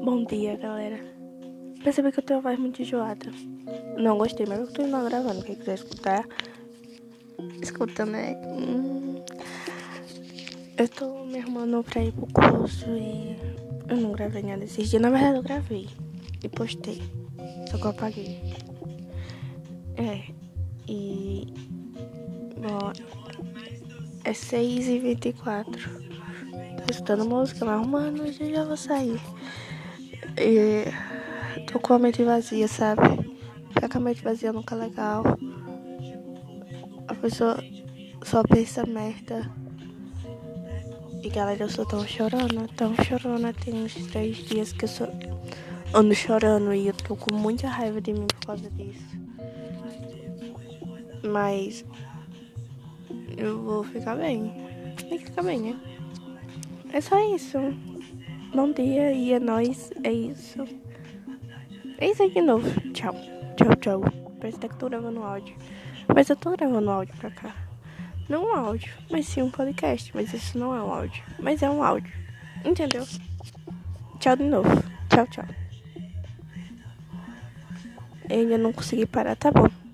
Bom dia, galera. Percebi que eu tenho uma voz muito enjoada. Não gostei, mas eu tô indo gravando. Quem quiser escutar, escuta, né? Eu tô me arrumando pra ir pro curso e eu não gravei nada esses dias. Na verdade, eu gravei e postei. Só que eu apaguei. Bom, é 6h24. Tô escutando música, me arrumando e já vou sair. E tô com a mente vazia, sabe? Ficar com a mente vazia nunca é legal. A pessoa só pensa merda. E galera, eu só tão chorando. Tem uns 3 dias que eu só ando chorando e eu tô com muita raiva de mim por causa disso. Mas eu vou ficar bem. Tem que ficar bem, né? É só isso. Bom dia e é nóis. É isso. É isso aí de novo. Tchau. Tchau. Parece que tô gravando áudio. Mas eu tô gravando áudio pra cá. Não um áudio, mas sim um podcast. Mas isso não é um áudio. Mas é um áudio. Entendeu? Tchau de novo. Tchau. Eu ainda não consegui parar, tá bom.